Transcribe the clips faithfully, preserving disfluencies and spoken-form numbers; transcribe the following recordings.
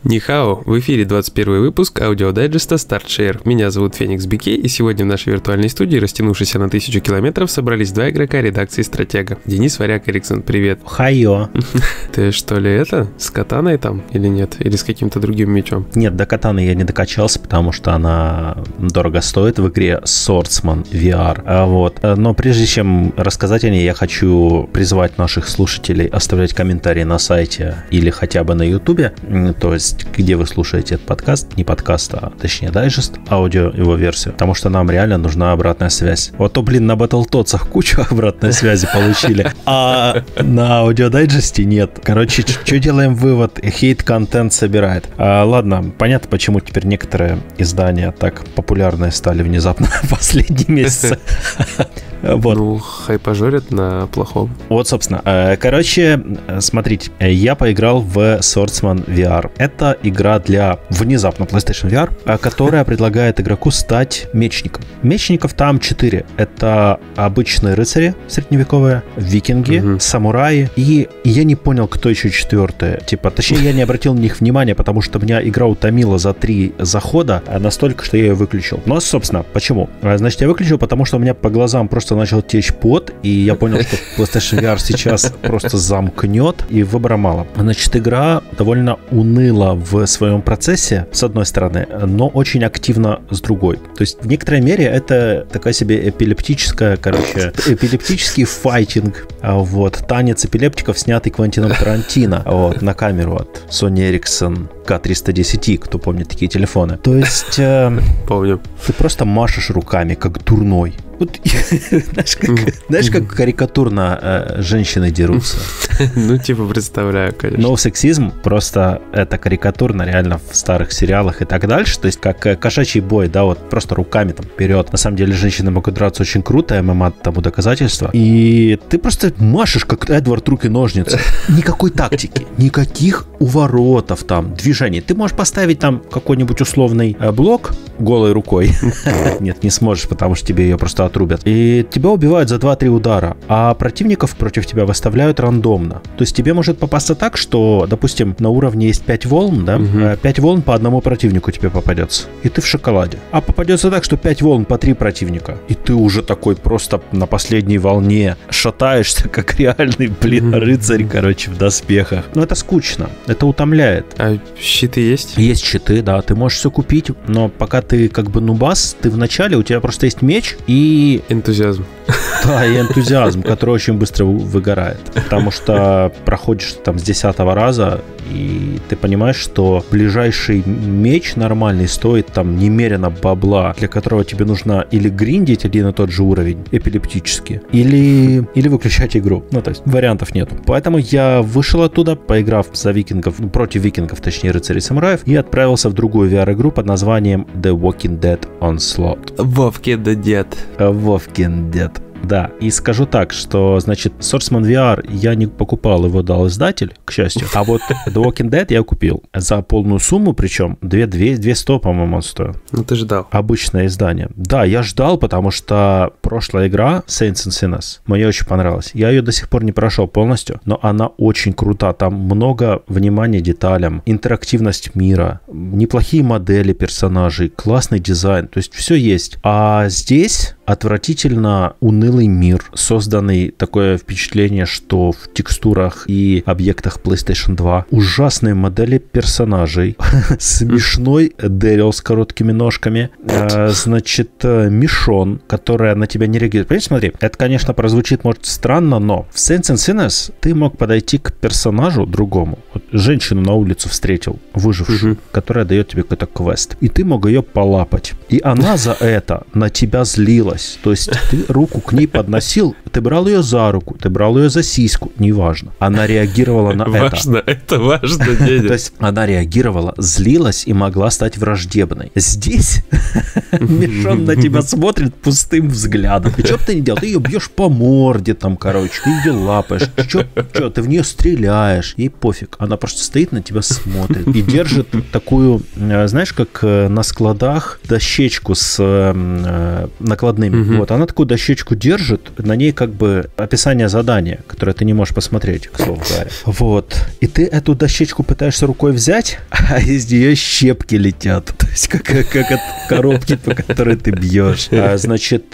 Нихао, в эфире двадцать первый выпуск аудиодайджеста StartShare. Меня зовут Феникс Бикей, и сегодня в нашей виртуальной студии, растянувшейся на тысячу километров, собрались два игрока редакции Стратега. Денис Варяг Эриксон, привет. Хайо. Ты что ли это, с катаной там или нет? Или с каким-то другим мечом? Нет, до катаны я не докачался, потому что она дорого стоит в игре Swordsman ви ар. Вот. Но прежде чем рассказать о ней, я хочу призвать наших слушателей оставлять комментарии на сайте или хотя бы на ютубе, то есть где вы слушаете этот подкаст, не подкаст, а точнее дайджест, аудио его версию, потому что нам реально нужна обратная связь. Вот то, блин, на Battletoads кучу обратной связи получили, а на аудиодайджесте нет. Короче, что делаем вывод? Хейт-контент собирает. А, ладно, понятно, почему теперь некоторые издания так популярные стали внезапно в последние месяцы. Вот. Ну, хайпажорят на плохом. Вот, собственно. Короче, смотрите, я поиграл в Swordsman ви ар. Это игра для внезапно PlayStation ви ар, которая предлагает игроку стать мечником. Мечников там четыре. Это обычные рыцари средневековые, викинги, угу. самураи, и я не понял, кто еще четвертый. Типа, точнее, я не обратил на них внимания, потому что меня игра утомила за три захода настолько, что я ее выключил. Но, собственно, почему? Значит, я выключил, потому что у меня по глазам просто начал течь пот, и я понял, что PlayStation ви ар сейчас просто замкнет, и выбора мало. Значит, игра довольно уныла в своем процессе, с одной стороны, но очень активно с другой. То есть в некоторой мере это такая себе эпилептическая, короче, эпилептический файтинг, вот, танец эпилептиков, снятый Квентином Тарантино, вот, на камеру от Sony Ericsson кей триста десять и, кто помнит такие телефоны. То есть... Э, Помню. Ты просто машешь руками, как дурной. Вот, знаешь, как, знаешь, как карикатурно э, женщины дерутся? Ну, типа, представляю, конечно. Но сексизм просто это карикатурно реально в старых сериалах и так дальше. То есть, как э, кошачий бой, да, вот просто руками там вперед. На самом деле, женщины могут драться очень круто, ММА тому доказательство. И ты просто машешь, как Эдвард, руки-ножницы. Никакой тактики, никаких уворотов там, движений. Ты можешь поставить там какой-нибудь условный э, блок голой рукой. Нет, не сможешь, потому что тебе ее просто отрубят. И тебя убивают за два-три удара, а противников против тебя выставляют рандомно. То есть тебе может попасться так, что, допустим, на уровне есть пять волн, да? Угу. пять волн по одному противнику тебе попадется. И ты в шоколаде. А попадется так, что пять волн по три противника. И ты уже такой просто на последней волне шатаешься, как реальный, блин, рыцарь, короче, в доспехах. Но это скучно. Это утомляет. А щиты есть? Есть щиты, да. Ты можешь все купить, но пока ты как бы нубас, ты вначале, у тебя просто есть меч и... Энтузиазм. Да, и энтузиазм, который очень быстро выгорает. Потому что проходишь там с десятого раза, и ты понимаешь, что ближайший меч нормальный стоит там немерено бабла, для которого тебе нужно или гриндить один и тот же уровень эпилептически, или, или выключать игру. Ну, то есть вариантов нету. Поэтому я вышел оттуда, поиграв за викингов, ну, против викингов, точнее, рыцарей-самураев, и отправился в другую ви ар-игру под названием The Walking Dead Onslaught. Walking Dead. Walking Dead. Да, и скажу так, что, значит, Swordsman ви ар я не покупал, его дал издатель, к счастью, а вот The Walking Dead я купил за полную сумму, причем две тысячи двести, по-моему, он стоил. Ну, ты ждал. Обычное издание. Да, я ждал, потому что прошлая игра Saints and Sinners мне очень понравилась. Я ее до сих пор не прошел полностью, но она очень крута. Там много внимания деталям, интерактивность мира, неплохие модели персонажей, классный дизайн, то есть все есть. А здесь отвратительно унылый мир, созданный, такое впечатление, что в текстурах и объектах PlayStation два ужасные модели персонажей, смешной Дэрил с короткими ножками, значит, Мишон, которая на тебя не реагирует. Понимаете, смотри, это, конечно, прозвучит, может, странно, но в Saints and Sinners ты мог подойти к персонажу другому. Вот женщину на улицу встретил, выжившую, угу. которая дает тебе какой-то квест, и ты мог ее полапать. И она за это на тебя злилась. То есть ты руку к ней подносил, ты брал ее за руку, ты брал ее за сиську, неважно. Она реагировала на это. Важно, это важно, дядя. То есть она реагировала, злилась и могла стать враждебной. Здесь Мишон на тебя смотрит пустым взглядом. И что бы ты ни делал? Ты ее бьешь по морде там, короче, ты ее лапаешь. Что, ты в нее стреляешь. Ей пофиг. Она просто стоит на тебя, смотрит и держит такую, знаешь, как на складах дощечку с накладными. Mm-hmm. Вот, она такую дощечку держит на ней как бы описание задания, которое ты не можешь посмотреть, к слову говоря. Вот. И ты эту дощечку пытаешься рукой взять, а из нее щепки летят. То есть как, как от коробки, по которой ты бьешь. А, значит,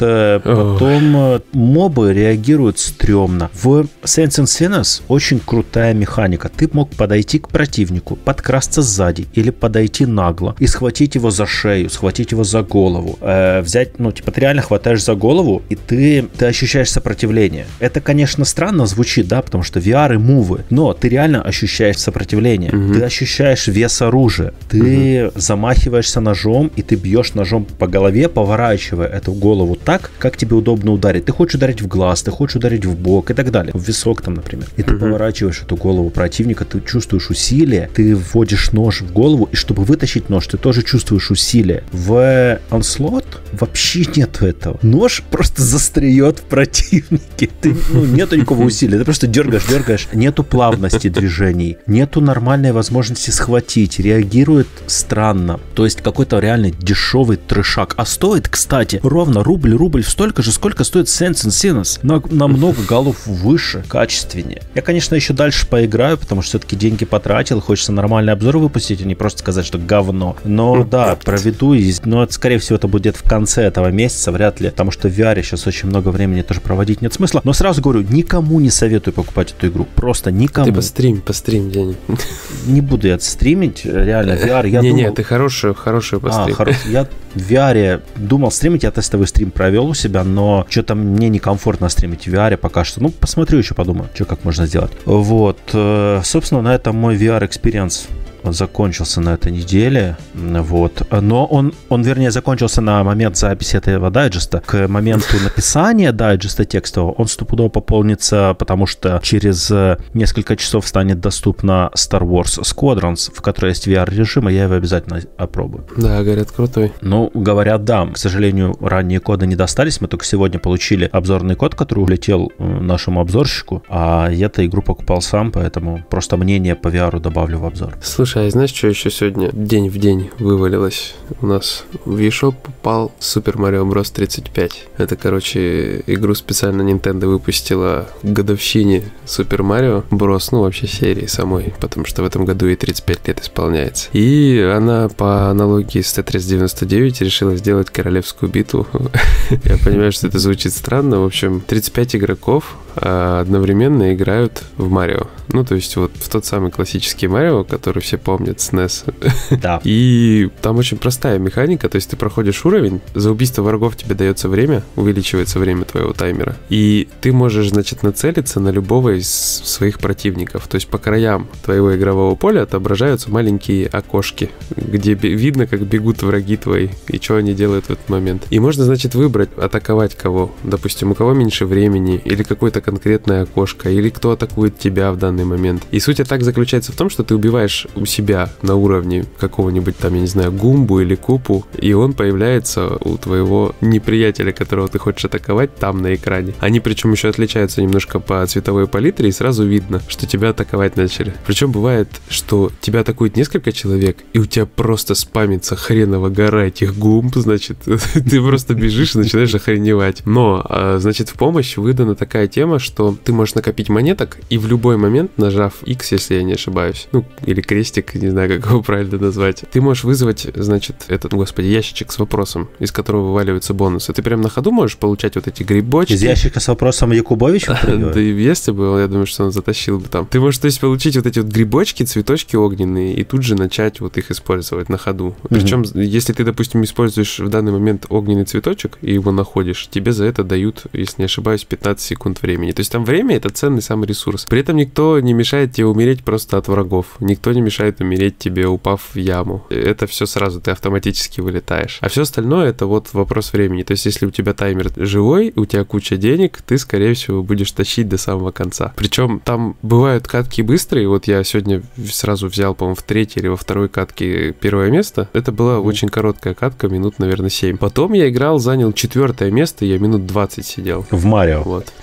потом мобы реагируют стрёмно. В Saints and Sinners очень крутая механика. Ты мог подойти к противнику, подкрасться сзади или подойти нагло и схватить его за шею, схватить его за голову. Э, взять, ну, типа, ты реально хватаешь за голову, и ты, ты ощущаешь сопротивление. Это, конечно, странно звучит, да, потому что ви ар и мувы, но ты реально ощущаешь сопротивление. Mm-hmm. Ты ощущаешь вес оружия. Ты mm-hmm. замахиваешься ножом, и ты бьешь ножом по голове, поворачивая эту голову так, как тебе удобно ударить. Ты хочешь ударить в глаз, ты хочешь ударить в бок и так далее. В висок там, например. И ты mm-hmm. поворачиваешь эту голову противника, ты чувствуешь усилие, ты вводишь нож в голову, и чтобы вытащить нож, ты тоже чувствуешь усилие. В Onslaught вообще нету этого. Нож просто застреет в противнике. Ты, ну, нету никакого усилия. Ты просто дергаешь, дергаешь. Нету плавности движений. Нету нормальной возможности схватить. Реагирует странно. То есть какой-то реально дешевый трешак. А стоит, кстати, ровно рубль, рубль столько же, сколько стоит Saints and Sinners. На, намного голов выше, качественнее. Я, конечно, еще дальше поиграю, потому что все-таки деньги потратил. Хочется нормальный обзор выпустить, а не просто сказать, что говно. Но да, проведу. Но это, скорее всего, это будет в конце этого месяца, вряд ли. Потому что в ви ар сейчас очень много времени тоже проводить нет смысла. Но сразу говорю, никому не советую покупать эту игру. Просто никому. Ты пострим, пострим, День. Не буду я это стримить. Реально, ви ар, я не, думал... Не, ты хорошую, хорошую пострим. А, хоро... Я в ви ар думал стримить, я тестовый стрим провел у себя, но что-то мне некомфортно стримить в ви ар пока что. Ну, посмотрю еще, подумаю, что как можно сделать. Вот. Собственно, на этом мой ви ар-экспириенс закончился на этой неделе, вот, но он, он, вернее, закончился на момент записи этого дайджеста. К моменту написания дайджеста текстового он стопудово пополнится, потому что через несколько часов станет доступна Star Wars Squadrons, в которой есть ви ар-режим, и я его обязательно опробую. Да, говорят, крутой. Ну, говорят, да. К сожалению, ранние коды не достались, мы только сегодня получили обзорный код, который улетел нашему обзорщику, а я-то игру покупал сам, поэтому просто мнение по ви ар добавлю в обзор. Слушай, а знаешь, что еще сегодня день в день вывалилось? У нас в eShop попал Super Mario Bros. тридцать пять. Это, короче, игру специально Nintendo выпустила к годовщине Super Mario Bros. Ну, вообще серии самой, потому что в этом году ей тридцать пять лет исполняется. И она по аналогии с Tetris девяносто девять решила сделать королевскую битву. Я понимаю, что это звучит странно. В общем, тридцать пять игроков одновременно играют в Марио. Ну, то есть вот в тот самый классический Марио, который все помнят с эн и эс. Да. И там очень простая механика, то есть ты проходишь уровень, за убийство врагов тебе дается время, увеличивается время твоего таймера, и ты можешь, значит, нацелиться на любого из своих противников. То есть по краям твоего игрового поля отображаются маленькие окошки, где видно, как бегут враги твои и что они делают в этот момент. И можно, значит, выбрать, атаковать кого. Допустим, у кого меньше времени, или какое-то конкретное окошко, или кто атакует тебя в данный момент. И суть атак заключается в том, что ты убиваешь у себя на уровне какого-нибудь там, я не знаю, Гумбу или Купу, и он появляется у твоего неприятеля, которого ты хочешь атаковать, там на экране. Они причем еще отличаются немножко по цветовой палитре, и сразу видно, что тебя атаковать начали. Причем бывает, что тебя атакует несколько человек, и у тебя просто спамится хреново гора этих гумб, значит, ты просто бежишь и начинаешь охреневать. Но, значит, в помощь выдана такая тема, что ты можешь накопить монеток, и в любой момент, нажав X, если я не ошибаюсь, ну, или крестик, не знаю, как его правильно назвать, ты можешь вызвать, значит, этот, господи, ящичек с вопросом, из которого вываливаются бонусы. Ты прям на ходу можешь получать вот эти грибочки. Из ящика с вопросом Якубович? Да и если бы, я думаю, что он затащил бы там. Ты можешь, то есть, получить вот эти вот грибочки, цветочки огненные, и тут же начать вот их использовать на ходу. Причем, mm-hmm. если ты, допустим, используешь в данный момент огненный цветочек и его находишь, тебе за это дают, если не ошибаюсь, пятнадцать секунд времени. То есть там время — это ценный самый ресурс. При этом никто не мешает тебе умереть просто от врагов. Никто не мешает умереть тебе, упав в яму. Это все сразу, ты автоматически вылетаешь. А все остальное — это вот вопрос времени. То есть если у тебя таймер живой, у тебя куча денег, ты, скорее всего, будешь тащить до самого конца. Причем там бывают катки быстрые. Вот я сегодня сразу взял, по-моему, в третьей или во второй катке первое место. Это была mm-hmm. очень короткая катка, минут, наверное, семь. Потом я играл, занял четвертое место, я минут двадцать сидел. В Марио. Вот. То есть двадцать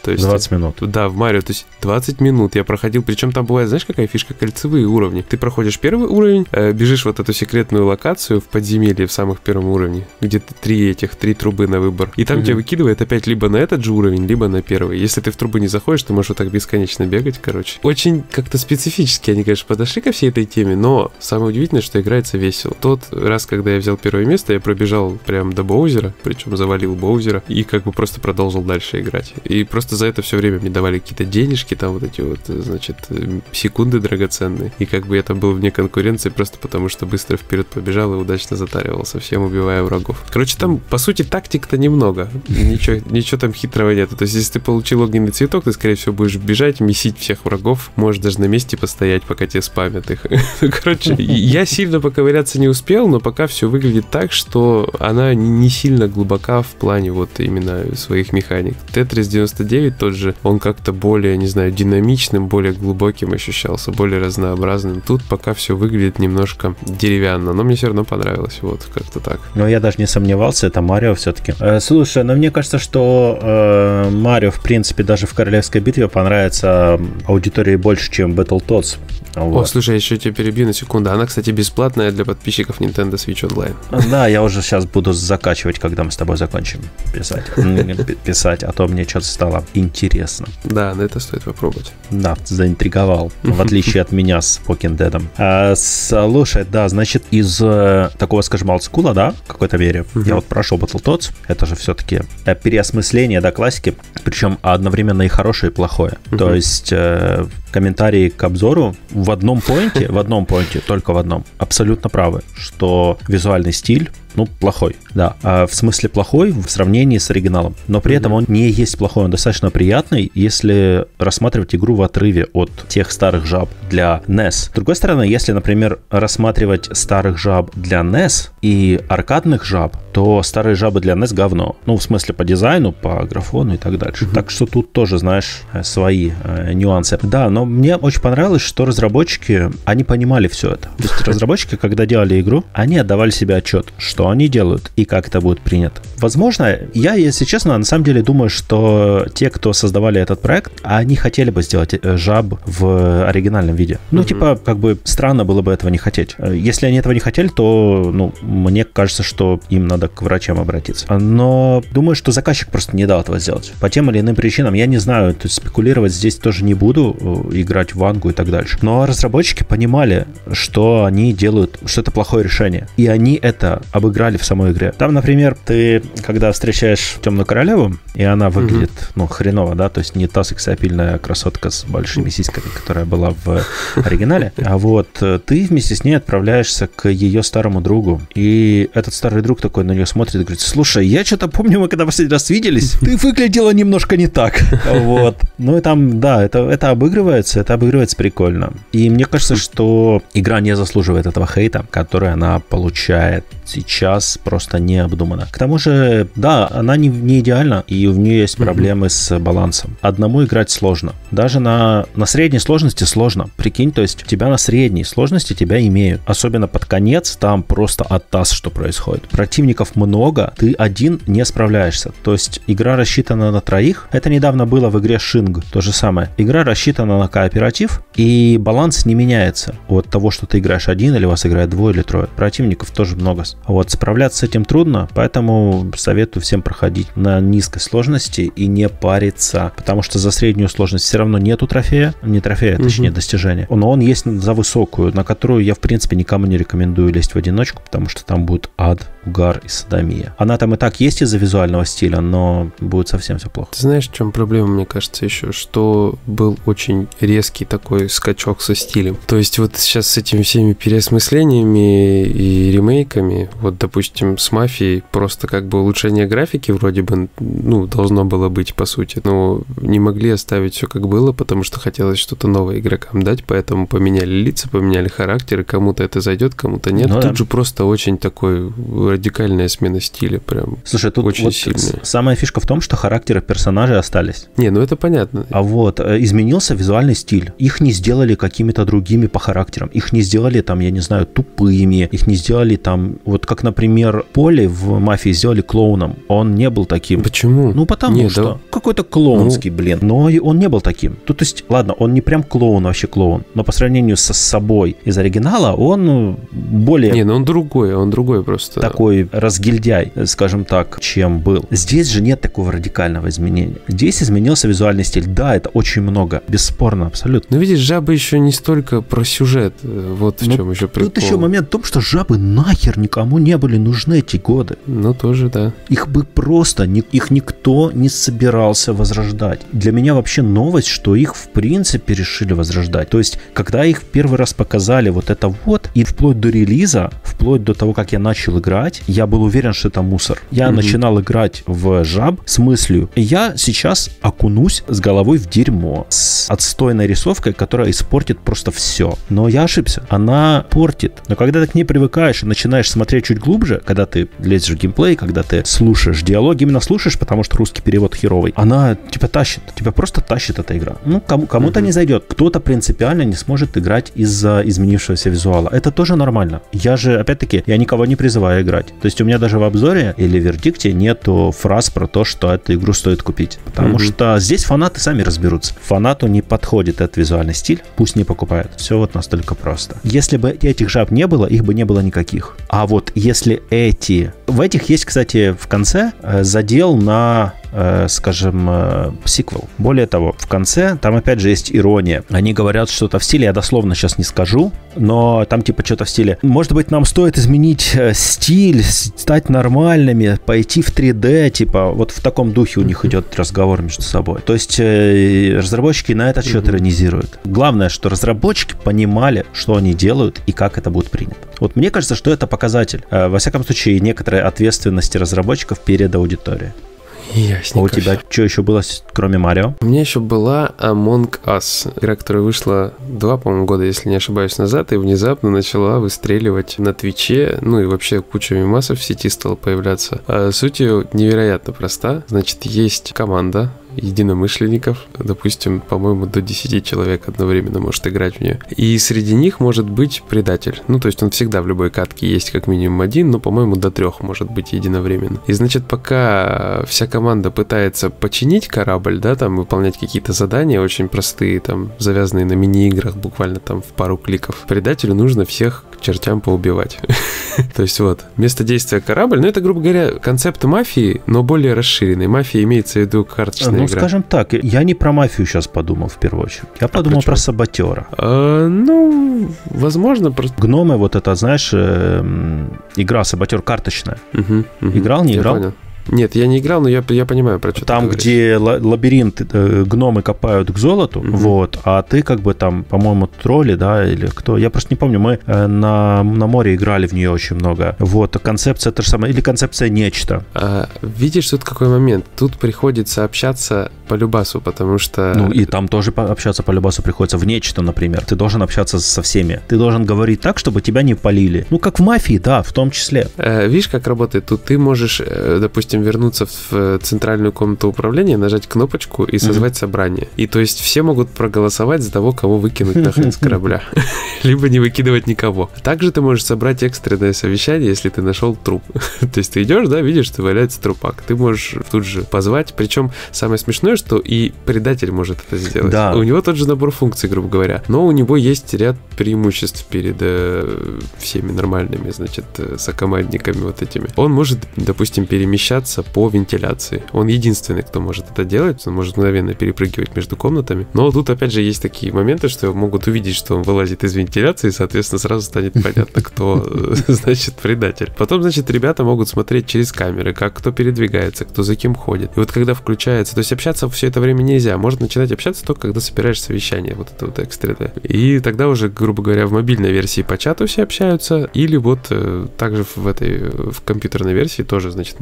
двадцать минут. Да, в Марио, то есть двадцать минут я проходил, причем там бывает, знаешь, какая фишка? Кольцевые уровни. Ты проходишь первый уровень, э, бежишь вот эту секретную локацию в подземелье в самых первом уровне, где три этих, три трубы на выбор. И там mm-hmm. тебя выкидывает опять либо на этот же уровень, либо на первый. Если ты в трубы не заходишь, ты можешь вот так бесконечно бегать, короче. Очень как-то специфически они, конечно, подошли ко всей этой теме, но самое удивительное, что играется весело. Тот раз, когда я взял первое место, я пробежал прям до Боузера, причем завалил Боузера, и как бы просто продолжил дальше играть. И просто за это все время мне давали какие-то денежки, там вот эти вот, значит, секунды драгоценные. И как бы я там был вне конкуренции просто потому, что быстро вперед побежал и удачно затаривался, всем убивая врагов. Короче, там, по сути, тактик-то немного. Ничего, ничего там хитрого нет. То есть, если ты получил огненный цветок, ты, скорее всего, будешь бежать, месить всех врагов. Можешь даже на месте постоять, пока тебе спамят их. Короче, я сильно поковыряться не успел, но пока все выглядит так, что она не сильно глубока в плане вот именно своих механик. Тетрис девяносто девять тот же, он как-то более, не знаю, динамичным, более глубоким ощущался, более разнообразным. Тут пока все выглядит немножко деревянно, но мне все равно понравилось, вот, как-то так. Но я даже не сомневался, это Марио все-таки. Э, слушай, но мне кажется, что э, Марио, в принципе, даже в Королевской битве понравится аудитории больше, чем Battletoads. Вот. О, слушай, я еще тебя перебью на секунду. Она, кстати, бесплатная для подписчиков Nintendo Switch Online. Да, я уже сейчас буду закачивать, когда мы с тобой закончим писать. Писать, а то мне что-то стало интересно. Да, на это стоит попробовать. Да, заинтриговал, в отличие от меня с Walking Dead. А, слушай, да, значит, из такого, скажем, олдскула, да, в какой-то мере, я вот прошел Battletoads, это же все-таки переосмысление, да, классики, причем одновременно и хорошее, и плохое. То есть комментарии к обзору в одном поинте, в одном поинте, только в одном, абсолютно правы, что визуальный стиль, ну, плохой, да. А в смысле плохой в сравнении с оригиналом. Но при mm-hmm. этом он не есть плохой, он достаточно приятный, если рассматривать игру в отрыве от тех старых жаб для эн и эс. С другой стороны, если, например, рассматривать старых жаб для эн и эс и аркадных жаб, то старые жабы для эн и эс говно. Ну, в смысле по дизайну, по графону и так дальше. Mm-hmm. Так что тут тоже, знаешь, свои э, нюансы. Да, но мне очень понравилось, что разработчики, они понимали все это. То есть разработчики, когда делали игру, они отдавали себе отчет, что они делают и как это будет принято. Возможно, я, если честно, на самом деле думаю, что те, кто создавали этот проект, они хотели бы сделать жаб в оригинальном виде. Ну, mm-hmm. типа, как бы странно было бы этого не хотеть. Если они этого не хотели, то, ну, мне кажется, что им надо к врачам обратиться. Но думаю, что заказчик просто не дал этого сделать. По тем или иным причинам, я не знаю, то есть спекулировать здесь тоже не буду, играть в Вангу и так дальше. Но разработчики понимали, что они делают, что это плохое решение. И они это обыграли в самой игре. Там, например, ты, когда встречаешь Темную Королеву, и она выглядит, mm-hmm. ну, хреново, да, то есть не та сексапильная красотка с большими сиськами, которая была в оригинале, а вот ты вместе с ней отправляешься к ее старому другу, и этот старый друг такой на нее смотрит и говорит: слушай, я что-то помню, мы когда последний раз виделись, ты выглядела немножко не так. Вот. Ну и там, да, это, это обыгрывается, это обыгрывается прикольно. И мне кажется, что игра не заслуживает этого хейта, который она получает сейчас, просто необдуманно. К тому же, да, она не, не идеальна, и у нее есть проблемы mm-hmm. с балансом. Одному играть сложно. Даже на, на средней сложности сложно. Прикинь, то есть тебя на средней сложности тебя имеют. Особенно под конец, там просто оттас, что происходит. Противников много, ты один не справляешься. То есть игра рассчитана на троих. Это недавно было в игре Шинг. То же самое. Игра рассчитана на кооператив, и баланс не меняется от того, что ты играешь один, или вас играет двое или трое. Противников тоже много. Вот, справляться с этим трудно, поэтому советую всем проходить на низкой сложности и не париться, потому что за среднюю сложность все равно нету трофея, не трофея, угу. точнее достижения, но он есть за высокую, на которую я в принципе никому не рекомендую лезть в одиночку, потому что там будет ад, угар и содомия. Она там и так есть из-за визуального стиля, но будет совсем все плохо. Ты знаешь, в чем проблема, мне кажется, еще, что был очень резкий такой скачок со стилем. То есть вот сейчас с этими всеми переосмыслениями и ремейками, вот, допустим, с «Мафией» просто как бы улучшение графики вроде бы, ну, должно было быть, по сути, но не могли оставить все как было, потому что хотелось что-то новое игрокам дать, поэтому поменяли лица, поменяли характеры, кому-то это зайдет, кому-то нет. Ну, Тут да. же просто очень такой радикальная смена стиля, прям. Слушай, тут очень вот сильная. Самая фишка в том, что характеры персонажей остались. Не, ну это понятно. А вот изменился визуальный стиль. Их не сделали какими-то другими по характерам. Их не сделали там, я не знаю, тупыми. Их не сделали там, вот как, например, Поли в «Мафии» сделали клоуном. Он не был таким. Почему? Ну, потому не, что да. какой-то клоунский, ну... блин. Но он не был таким. Тут, то есть, ладно, он не прям клоун, вообще клоун. Но по сравнению со собой из оригинала, он более... Не, ну он другой, он другой просто. Такой разгильдяй, скажем так, чем был. Здесь же нет такого радикального изменения. Здесь изменился визуальный стиль. Да, это очень много. Бесспорно, абсолютно. Но видишь, «Жабы» еще не столько про сюжет. Вот в но чем еще прикол. Тут еще момент в том, что «Жабы» нахер никому не были нужны эти годы. Ну, тоже, да. Их бы просто, их никто не собирался возрождать. Для меня вообще новость, что их в принципе решили возрождать. То есть, когда их первый раз показали вот это вот, и вплоть до релиза, вплоть до того, как я начал играть, я был уверен, что это мусор. Я mm-hmm. начинал играть в «Жаб» с мыслью, я сейчас окунусь с головой в дерьмо, с отстойной рисовкой, которая испортит просто все. Но я ошибся. Она портит. Но когда ты к ней привыкаешь и начинаешь смотреть чуть глубже, когда ты лезешь в геймплей, когда ты слушаешь диалог, именно слушаешь, потому что русский перевод херовый, она тебя тащит. Тебя просто тащит эта игра. Ну, кому- кому-то mm-hmm. не зайдет. Кто-то принципиально не сможет играть из-за изменившегося визуала. Это тоже нормально. Я же, опять-таки, я никого не призываю играть. То есть у меня даже в обзоре или в вердикте нету фраз про то, что эту игру стоит купить. Потому mm-hmm. что здесь фанаты сами разберутся. Фанату не подходит этот визуальный стиль, пусть не покупает. Все вот настолько просто. Если бы этих «Жаб» не было, их бы не было никаких. А вот если эти... В этих есть, кстати, в конце задел на... скажем, сиквел. Более того, в конце там опять же есть ирония. Они говорят что-то в стиле, я дословно сейчас не скажу, но там типа что-то в стиле, может быть, нам стоит изменить стиль, стать нормальными, пойти в три дэ, типа вот в таком духе у них идет разговор между собой. То есть разработчики на этот счет иронизируют. Главное, что разработчики понимали, что они делают и как это будет принято. Вот мне кажется, что это показатель, во всяком случае, некоторой ответственности разработчиков перед аудиторией. Ясненько. А у тебя что еще было, кроме Марио? У меня еще была Among Us, игра, которая вышла два, по-моему, года, если не ошибаюсь, назад, и внезапно начала выстреливать на Твиче, ну и вообще куча мемасов в сети стала появляться. А суть ее невероятно проста. Значит, есть команда единомышленников, допустим, по-моему, до десяти человек одновременно может играть в нее. И среди них может быть предатель. Ну, то есть он всегда в любой катке есть как минимум один, но, по-моему, до трех может быть единовременно. И, значит, пока вся команда пытается починить корабль, да, там, выполнять какие-то задания очень простые, там, завязанные на мини-играх, буквально там в пару кликов, предателю нужно всех к чертям поубивать. То есть вот, место действия корабль, ну, это, грубо говоря, концепт мафии, но более расширенный. Мафия имеется в виду карточная Ну, игра. скажем так, я не про мафию сейчас подумал в первую очередь. Я подумал а про саботера. А, ну, возможно, просто... Гномы, вот это, знаешь, э, игра саботер карточная. Угу, угу. Играл, не я играл? Понял. Нет, я не играл, но я, я понимаю, про что там, ты где лабиринт, э, гномы копают к золоту, mm-hmm. вот, а ты как бы там, по-моему, тролли, да, или кто, я просто не помню, мы э, на, на море играли в нее очень много, вот, концепция та же самая, или концепция нечто. А, видишь, тут какой момент, тут приходится общаться по любасу, потому что... Ну, и там тоже общаться по любасу приходится, в нечто, например, ты должен общаться со всеми, ты должен говорить так, чтобы тебя не палили, ну, как в мафии, да, в том числе. А, видишь, как работает, тут ты можешь, допустим, вернуться в центральную комнату управления, нажать кнопочку и созвать mm-hmm. собрание. И то есть все могут проголосовать за того, кого выкинуть нахрен с корабля. Либо не выкидывать никого. Также ты можешь собрать экстренное совещание, если ты нашел труп. То есть ты идешь, да, видишь, что валяется трупак. Ты можешь тут же позвать. Причем самое смешное, что и предатель может это сделать. Да. У него тот же набор функций, грубо говоря. Но у него есть ряд преимуществ перед э, всеми нормальными, значит, сокомандниками вот этими. Он может, допустим, перемещаться по вентиляции. Он единственный, кто может это делать. Он может мгновенно перепрыгивать между комнатами. Но тут, опять же, есть такие моменты, что могут увидеть, что он вылазит из вентиляции, и, соответственно, сразу станет понятно, кто, значит, предатель. Потом, значит, ребята могут смотреть через камеры, как кто передвигается, кто за кем ходит. И вот когда включается... То есть общаться все это время нельзя. Может начинать общаться только, когда собираешь совещание. Вот это вот экстренное. И тогда уже, грубо говоря, в мобильной версии по чату все общаются. Или вот э, также в этой в компьютерной версии тоже, значит, можно общаться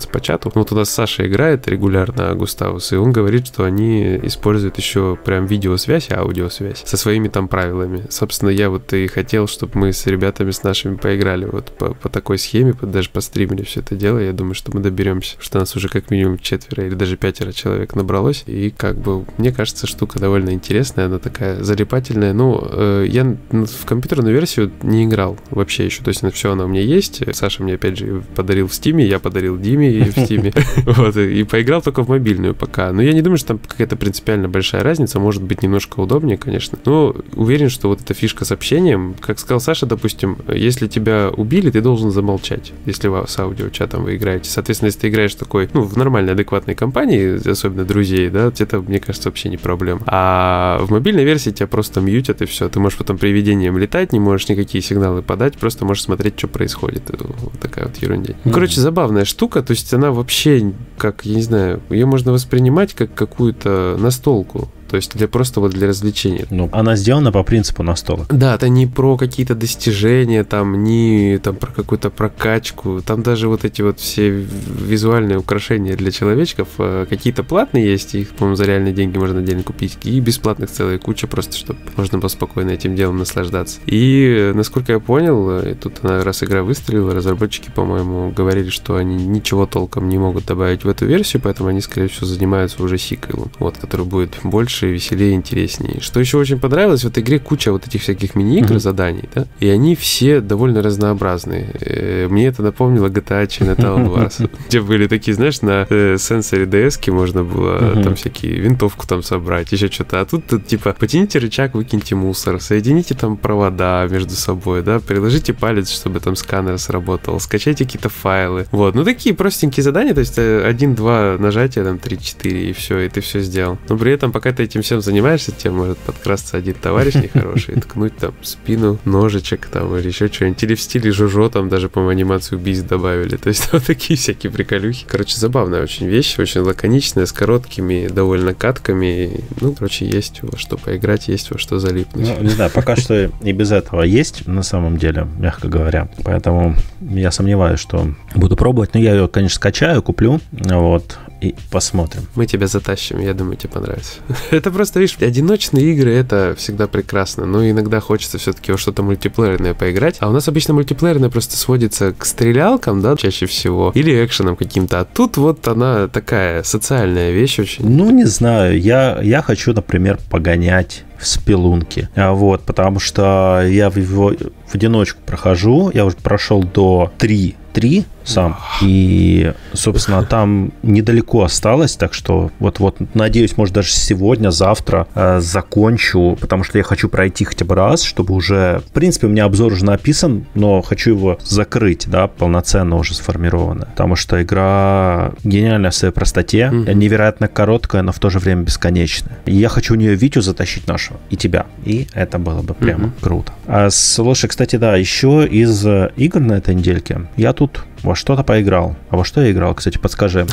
общаться по чату. Вот у нас Саша играет регулярно Густавус, и он говорит, что они используют еще прям видеосвязь и аудиосвязь со своими там правилами. Собственно, я вот и хотел, чтобы мы с ребятами, с нашими поиграли вот по, по такой схеме, по, даже постримили все это дело. Я думаю, что мы доберемся, что нас уже как минимум четверо или даже пятеро человек набралось. И как бы, мне кажется, штука довольно интересная, она такая залипательная. Ну, э, я в компьютерную версию не играл вообще еще. То есть все она у меня есть. Саша мне опять же подарил в Стиме, я подарил Диме в Стиме. Вот, и поиграл только в мобильную пока. Но я не думаю, что там какая-то принципиально большая разница. Может быть, немножко удобнее, конечно. Но уверен, что вот эта фишка с общением, как сказал Саша, допустим, если тебя убили, ты должен замолчать, если вы с аудиочатом вы играете. Соответственно, если ты играешь такой, ну, в нормальной, адекватной компании, особенно друзей, да, это, мне кажется, вообще не проблема. А в мобильной версии тебя просто мьютят, и все. Ты можешь потом привидением летать, не можешь никакие сигналы подать, просто можешь смотреть, что происходит. Вот такая вот ерунда. Ну, короче, забавная штука, то есть она вообще, как, я не знаю, ее можно воспринимать как какую-то настолку. То есть для просто вот для развлечения. Ну, она сделана по принципу настолок. Да, это не про какие-то достижения, там, не там про какую-то прокачку. Там даже вот эти вот все визуальные украшения для человечков какие-то платные есть, их, по-моему, за реальные деньги можно отдельно купить. И бесплатных целая куча, просто чтобы можно было спокойно этим делом наслаждаться. И, насколько я понял, тут раз игра выстрелила, разработчики, по-моему, говорили, что они ничего толком не могут добавить в эту версию, поэтому они, скорее всего, занимаются уже сиквелом, вот, который будет больше, веселее, интереснее. Что еще очень понравилось, в этой игре куча вот этих всяких мини-игр, mm-hmm. заданий, да, и они все довольно разнообразные. Мне это напомнило джи ти эй Chinatown Wars, где были такие, знаешь, на сенсоре ди эс-ки можно было mm-hmm. там всякие винтовку там собрать, еще что-то, а тут, тут типа потяните рычаг, выкиньте мусор, соедините там провода между собой, да, приложите палец, чтобы там сканер сработал, скачайте какие-то файлы, вот, ну такие простенькие задания, то есть один-два нажатия, там три-четыре и все, и ты все сделал. Но при этом, пока ты этим всем занимаешься, тебе может подкрасться один товарищ нехороший и ткнуть там в спину ножичек там или еще что-нибудь. Или в стиле Жужо там даже, по-моему, анимацию убийств добавили. То есть вот такие всякие приколюхи. Короче, забавная очень вещь, очень лаконичная, с короткими довольно катками. Ну, короче, есть во что поиграть, есть во что залипнуть. Ну, не знаю, пока что и без этого есть, на самом деле, мягко говоря. Поэтому я сомневаюсь, что буду пробовать. Но я ее, конечно, скачаю, куплю. Вот. И посмотрим. Мы тебя затащим, я думаю, тебе понравится. Это просто, видишь, одиночные игры, это всегда прекрасно, но иногда хочется все-таки во что-то мультиплеерное поиграть, а у нас обычно мультиплеерное просто сводится к стрелялкам, да, чаще всего, или экшенам каким-то, а тут вот она такая социальная вещь очень. Ну, не знаю, я, я хочу, например, погонять в спелунке, вот, потому что я в его в одиночку прохожу, я уже прошел до три три сам, и, собственно, там недалеко осталось, так что вот-вот, надеюсь, может, даже сегодня, завтра э, закончу, потому что я хочу пройти хотя бы раз, чтобы уже, в принципе, у меня обзор уже написан, но хочу его закрыть, да, полноценно уже сформированно, потому что игра гениальная в своей простоте, mm-hmm. невероятно короткая, но в то же время бесконечная. И я хочу в нее Витю затащить нашего, и тебя, и это было бы прямо mm-hmm. круто. А, слушай, кстати, да, еще из игр на этой недельке я тут во что-то поиграл. А во что я играл, кстати, подскажи.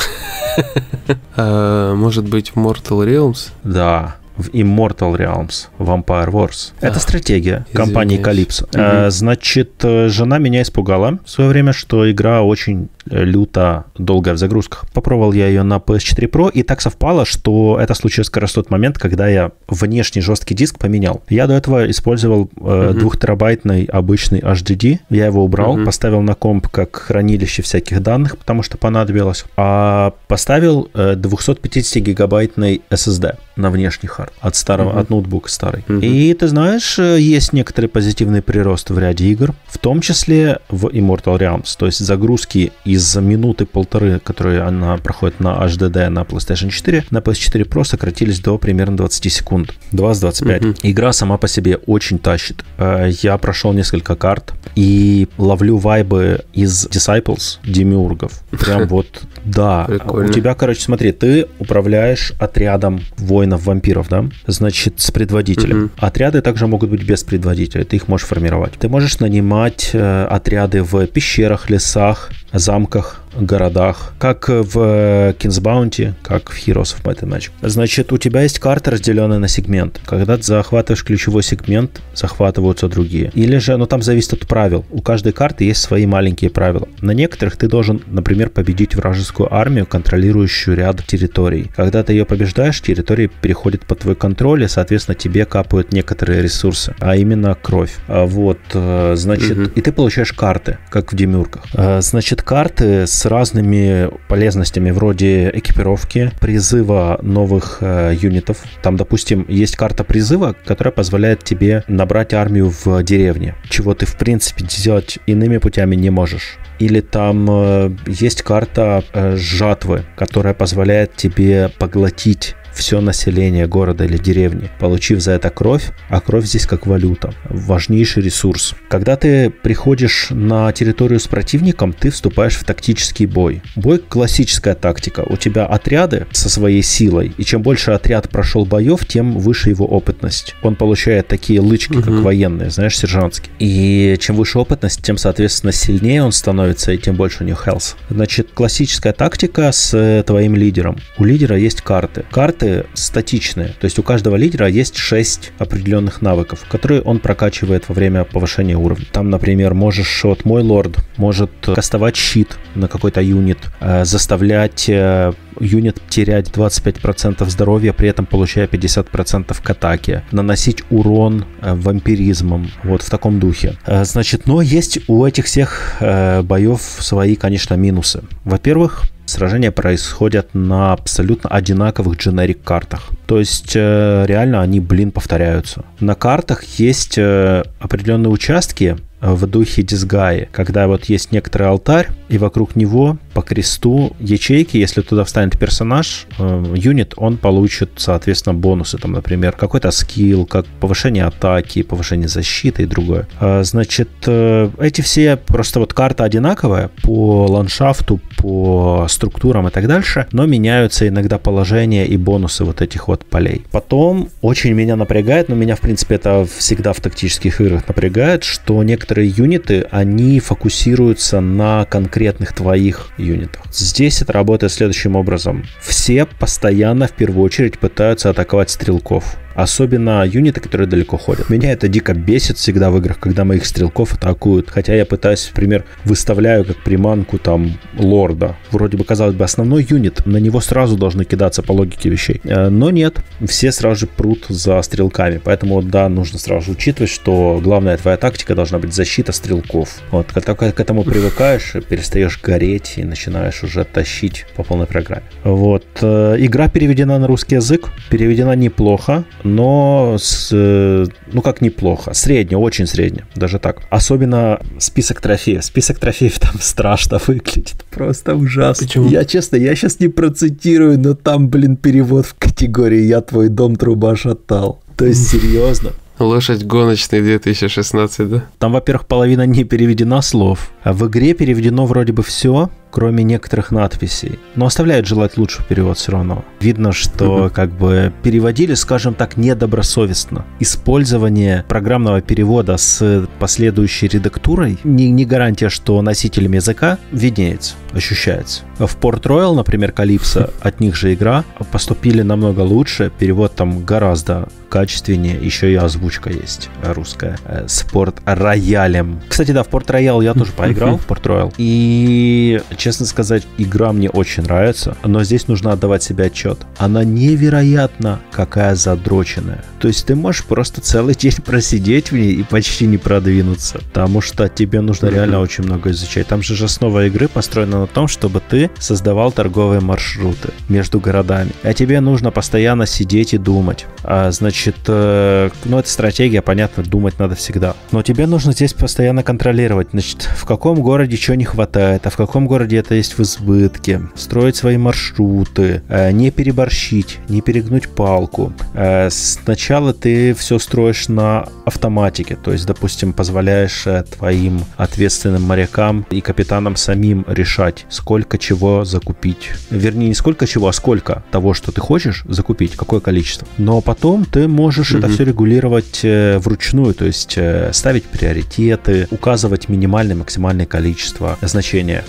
Может быть, Mortal Realms? Да, в Immortal Realms, Vampire Wars. А, это стратегия компании Calypso. Угу. А, значит, жена меня испугала в свое время, что игра очень люто долгая в загрузках. Попробовал я ее на пи эс четыре Pro, и так совпало, что это случилось как раз в тот момент, когда я внешний жесткий диск поменял. Я до этого использовал э, угу. двухтерабайтный обычный эйч ди ди. Я его убрал, угу. поставил на комп как хранилище всяких данных, потому что понадобилось. А поставил э, двухсотпятидесятигигабайтный эс эс ди на внешний хард от старого, угу. от ноутбука старый. Угу. И ты знаешь, есть некоторый позитивный прирост в ряде игр, в том числе в Immortal Realms. То есть загрузки из минуты-полторы, которые она проходит на эйч ди ди на PlayStation четыре, на пи эс четыре Pro сократились до примерно двадцать секунд. двадцать-двадцать пять. Mm-hmm. Игра сама по себе очень тащит. Я прошел несколько карт и ловлю вайбы из Disciples, демиургов. Прям вот, да. Прикольно. У тебя, короче, смотри, ты управляешь отрядом воинов-вампиров, да? Значит, с предводителем. Mm-hmm. Отряды также могут быть без предводителя, ты их можешь формировать. Ты можешь нанимать э, отряды в пещерах, лесах, замках, городах, как в King's Bounty, как в Heroes of Might and Magic. Значит, у тебя есть карта, разделенная на сегмент. Когда ты захватываешь ключевой сегмент, захватываются другие. Или же, ну там зависит от правил. У каждой карты есть свои маленькие правила. На некоторых ты должен, например, победить вражескую армию, контролирующую ряд территорий. Когда ты ее побеждаешь, территории переходят под твой контроль, и, соответственно, тебе капают некоторые ресурсы, а именно кровь. Вот, значит, угу. и ты получаешь карты, как в демюрках. Значит, карты с разными полезностями, вроде экипировки, призыва новых э, юнитов. Там, допустим, есть карта призыва, которая позволяет тебе набрать армию в деревне, чего ты, в принципе, сделать иными путями не можешь. Или там э, есть карта э, жатвы, которая позволяет тебе поглотить все население города или деревни, получив за это кровь, а кровь здесь как валюта, важнейший ресурс. Когда ты приходишь на территорию с противником, ты вступаешь в тактический бой. Бой — классическая тактика. У тебя отряды со своей силой, и чем больше отряд прошел боев, тем выше его опытность. Он получает такие лычки, угу. как военные, знаешь, сержантские. И чем выше опытность, тем, соответственно, сильнее он становится, и тем больше у него health. Значит, классическая тактика с твоим лидером. У лидера есть карты. Карты статичные, то есть у каждого лидера есть шесть определенных навыков, которые он прокачивает во время повышения уровня. Там, например, можешь, вот мой лорд может кастовать щит на какой-то юнит, э, заставлять э, юнит терять двадцать пять процентов здоровья, при этом получая пятьдесят процентов к атаке, наносить урон э, вампиризмом, вот в таком духе. Э, значит, но есть у этих всех э, боев свои, конечно, минусы. Во-первых, сражения происходят на абсолютно одинаковых generic картах. То есть э, реально они, блин, повторяются. На картах есть э, определенные участки в духе Дисгаи, когда вот есть некоторый алтарь, и вокруг него по кресту ячейки, если туда встанет персонаж, э, юнит, он получит, соответственно, бонусы, там, например, какой-то скилл, как повышение атаки, повышение защиты и другое. Э, значит, э, эти все, просто вот карта одинаковая по ландшафту, по структурам и так дальше, но меняются иногда положения и бонусы вот этих вот полей. Потом очень меня напрягает, но меня, в принципе, это всегда в тактических играх напрягает, что некоторые юниты, они фокусируются на конкретных твоих юнитах. Здесь это работает следующим образом. Все постоянно, в первую очередь, пытаются атаковать стрелков. Особенно юниты, которые далеко ходят. Меня это дико бесит всегда в играх, когда моих стрелков атакуют. Хотя я пытаюсь, например, выставляю как приманку там лорда. Вроде бы, казалось бы, основной юнит, на него сразу должны кидаться по логике вещей. Но нет, все сразу же прут за стрелками. Поэтому, да, нужно сразу учитывать, что главная твоя тактика должна быть защита стрелков. Вот, когда к этому привыкаешь, перестаешь гореть и начинаешь уже тащить по полной программе. Вот. Игра переведена на русский язык. Переведена неплохо, но с, ну как неплохо, средне, очень средне, даже так. Особенно список трофеев. Список трофеев там страшно выглядит, просто ужасно. Почему? Я, честно, я сейчас не процитирую, но там, блин, перевод в категории «Я твой дом труба шатал». То есть, серьезно. Лошадь гоночный две тысячи шестнадцать, да? Там, во-первых, половина не переведена слов. А в игре переведено вроде бы все, кроме некоторых надписей. Но оставляет желать лучший перевод все равно. Видно, что как бы переводили, скажем так, недобросовестно. Использование программного перевода с последующей редактурой не, не гарантия, что носителям языка виднеется, ощущается. В Port Royal, например, Calypso, от них же игра, поступили намного лучше. Перевод там гораздо качественнее. Еще и озвучка есть русская. С Port Royal. Кстати, да, в Port Royal я тоже поиграл, в Port Royal. И... честно сказать, игра мне очень нравится, но здесь нужно отдавать себе отчет. Она невероятно какая задроченная. То есть ты можешь просто целый день просидеть в ней и почти не продвинуться, потому что тебе нужно реально очень много изучать. Там же основа игры построена на том, чтобы ты создавал торговые маршруты между городами. А тебе нужно постоянно сидеть и думать. А, значит, э, ну это стратегия, понятно, думать надо всегда. Но тебе нужно здесь постоянно контролировать, значит, в каком городе чего не хватает, а в каком городе это есть в избытке, строить свои маршруты, не переборщить, не перегнуть палку. Сначала ты все строишь на автоматике, то есть, допустим, позволяешь твоим ответственным морякам и капитанам самим решать, сколько чего закупить. Вернее, не сколько чего, а сколько того, что ты хочешь закупить, какое количество. Но потом ты можешь mm-hmm. это все регулировать вручную, то есть ставить приоритеты, указывать минимальное, максимальное количество значения. И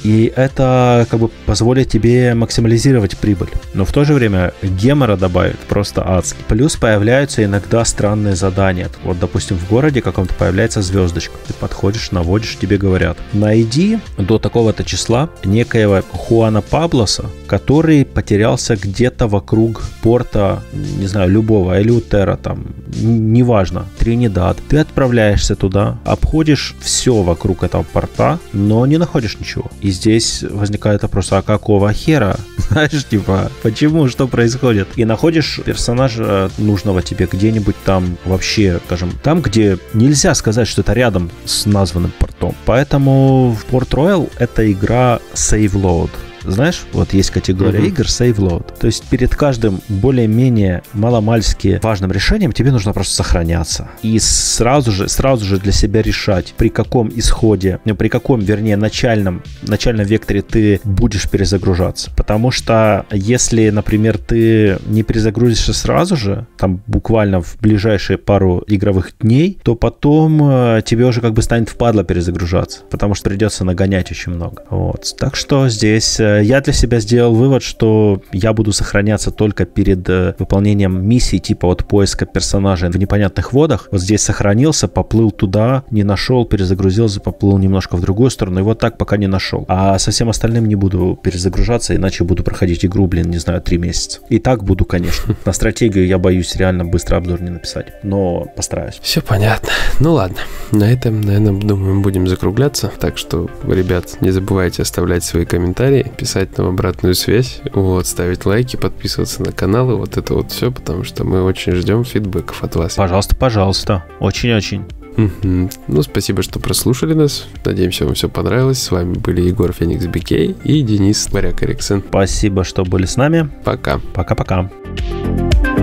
это как бы позволит тебе максимализировать прибыль. Но в то же время гемора добавит просто адски. Плюс появляются иногда странные задания. Вот, допустим, в городе каком-то появляется звездочка. Ты подходишь, наводишь, тебе говорят: найди до такого-то числа некоего Хуана Паблоса, который потерялся где-то вокруг порта, не знаю, любого, Элеутера, там, неважно, Тринидад. Ты отправляешься туда, обходишь все вокруг этого порта, но не находишь ничего. И здесь возникает вопрос: а какого хера? Знаешь, типа, почему, что происходит? И находишь персонажа нужного тебе где-нибудь там вообще, скажем, там, где нельзя сказать, что это рядом с названным портом. Поэтому в Port Royal это игра Save Load. Знаешь, вот есть категория mm-hmm. игр Save Load. То есть перед каждым более-менее маломальски важным решением тебе нужно просто сохраняться. И сразу же, сразу же для себя решать, при каком исходе, ну, при каком, вернее, начальном, начальном векторе ты будешь перезагружаться. Потому что если, например, ты не перезагрузишься сразу же, там буквально в ближайшие пару игровых дней, то потом э, тебе уже как бы станет впадло перезагружаться. Потому что придется нагонять очень много. Вот. Так что здесь... Я для себя сделал вывод, что я буду сохраняться только перед э, выполнением миссий, типа вот поиска персонажей в непонятных водах. Вот здесь сохранился, поплыл туда, не нашел, перезагрузился, поплыл немножко в другую сторону, и вот так пока не нашел. А со всем остальным не буду перезагружаться, иначе буду проходить игру, блин, не знаю, три месяца. И так буду, конечно. На стратегию я боюсь реально быстро обзор не написать, но постараюсь. Все понятно. Ну ладно, на этом, наверное, думаю, будем закругляться. Так что, ребят, не забывайте оставлять свои комментарии, писать нам обратную связь, вот, ставить лайки, подписываться на канал, и вот это вот все, потому что мы очень ждем фидбэков от вас. Пожалуйста, пожалуйста. Очень-очень. Mm-hmm. Ну, спасибо, что прослушали нас. Надеемся, вам все понравилось. С вами были Егор Феникс Би Кей и Денис Варяг Эриксон. Спасибо, что были с нами. Пока. Пока-пока.